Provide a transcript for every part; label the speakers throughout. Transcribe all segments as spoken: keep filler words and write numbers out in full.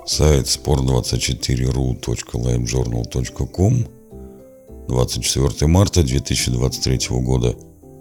Speaker 1: Сайт спорт двадцать четыре точка ру точка лайвджорнал точка ком, двадцать четвёртое марта две тысячи двадцать третьего года.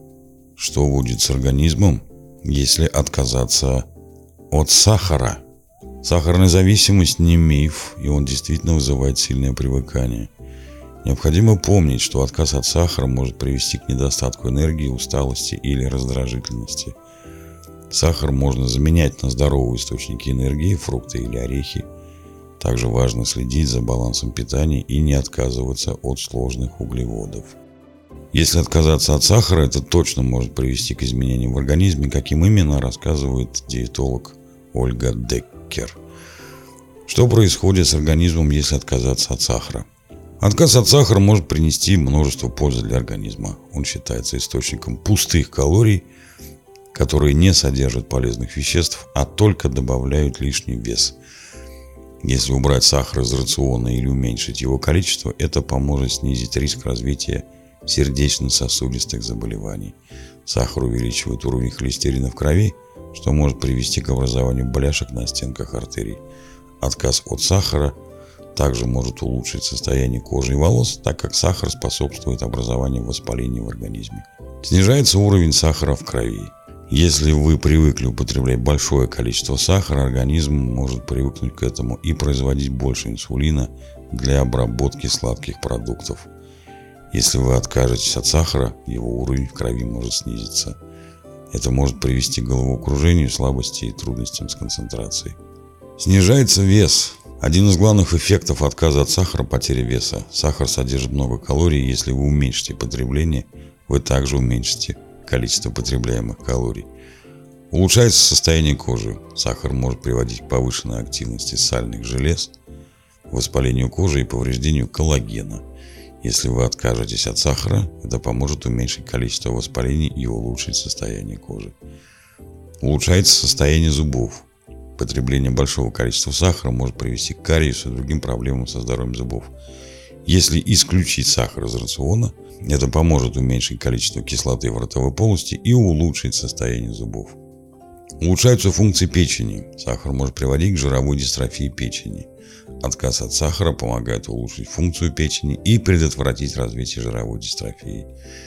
Speaker 1: Что будет с организмом, если отказаться от сахара? Сахарная зависимость не миф, и он действительно вызывает сильное привыкание. Необходимо помнить, что отказ от сахара может привести к недостатку энергии, усталости или раздражительности. Сахар можно заменять на здоровые источники энергии, фрукты или орехи. Также важно следить за балансом питания и не отказываться от сложных углеводов. Если отказаться от сахара, это точно может привести к изменениям в организме, каким именно, рассказывает диетолог Ольга Деккер. Что происходит с организмом, если отказаться от сахара? Отказ от сахара может принести множество пользы для организма. Он считается источником пустых калорий, которые не содержат полезных веществ, а только добавляют лишний вес. Если убрать сахар из рациона или уменьшить его количество, это поможет снизить риск развития сердечно-сосудистых заболеваний. Сахар увеличивает уровень холестерина в крови, что может привести к образованию бляшек на стенках артерий. Отказ от сахара также может улучшить состояние кожи и волос, так как сахар способствует образованию воспаления в организме. Снижается уровень сахара в крови. Если вы привыкли употреблять большое количество сахара, организм может привыкнуть к этому и производить больше инсулина для обработки сладких продуктов. Если вы откажетесь от сахара, его уровень в крови может снизиться. Это может привести к головокружению, слабости и трудностям с концентрацией. Снижается вес. Один из главных эффектов отказа от сахара – потеря веса. Сахар содержит много калорий, и если вы уменьшите потребление, вы также уменьшите количество потребляемых калорий. Улучшается состояние кожи. Сахар может приводить к повышенной активности сальных желез, воспалению кожи и повреждению коллагена. Если вы откажетесь от сахара, это поможет уменьшить количество воспалений и улучшить состояние кожи. Улучшается состояние зубов. Потребление большого количества сахара может привести к кариесу и другим проблемам со здоровьем зубов. Если исключить сахар из рациона, это поможет уменьшить количество кислоты в ротовой полости и улучшить состояние зубов. Улучшаются функции печени. Сахар может приводить к жировой дистрофии печени. Отказ от сахара помогает улучшить функцию печени и предотвратить развитие жировой дистрофии.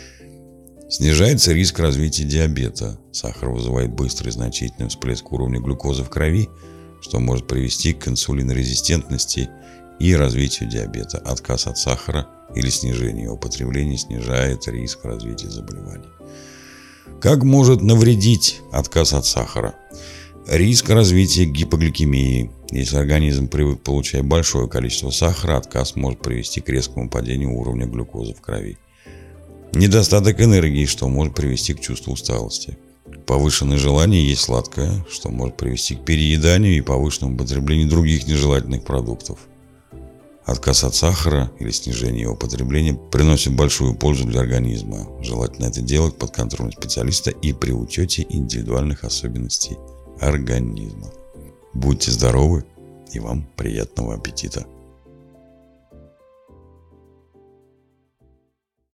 Speaker 1: Снижается риск развития диабета. Сахар вызывает быстрый и значительный всплеск уровня глюкозы в крови, что может привести к инсулинорезистентности и развитию диабета. Отказ от сахара или снижение его потребления снижает риск развития заболеваний. Как может навредить отказ от сахара? Риск развития гипогликемии. Если организм привык получать большое количество сахара, отказ может привести к резкому падению уровня глюкозы в крови. Недостаток энергии, что может привести к чувству усталости. Повышенное желание есть сладкое, что может привести к перееданию и повышенному потреблению других нежелательных продуктов. Отказ от сахара или снижение его потребления приносит большую пользу для организма. Желательно это делать под контролем специалиста и при учете индивидуальных особенностей организма. Будьте здоровы и вам приятного аппетита!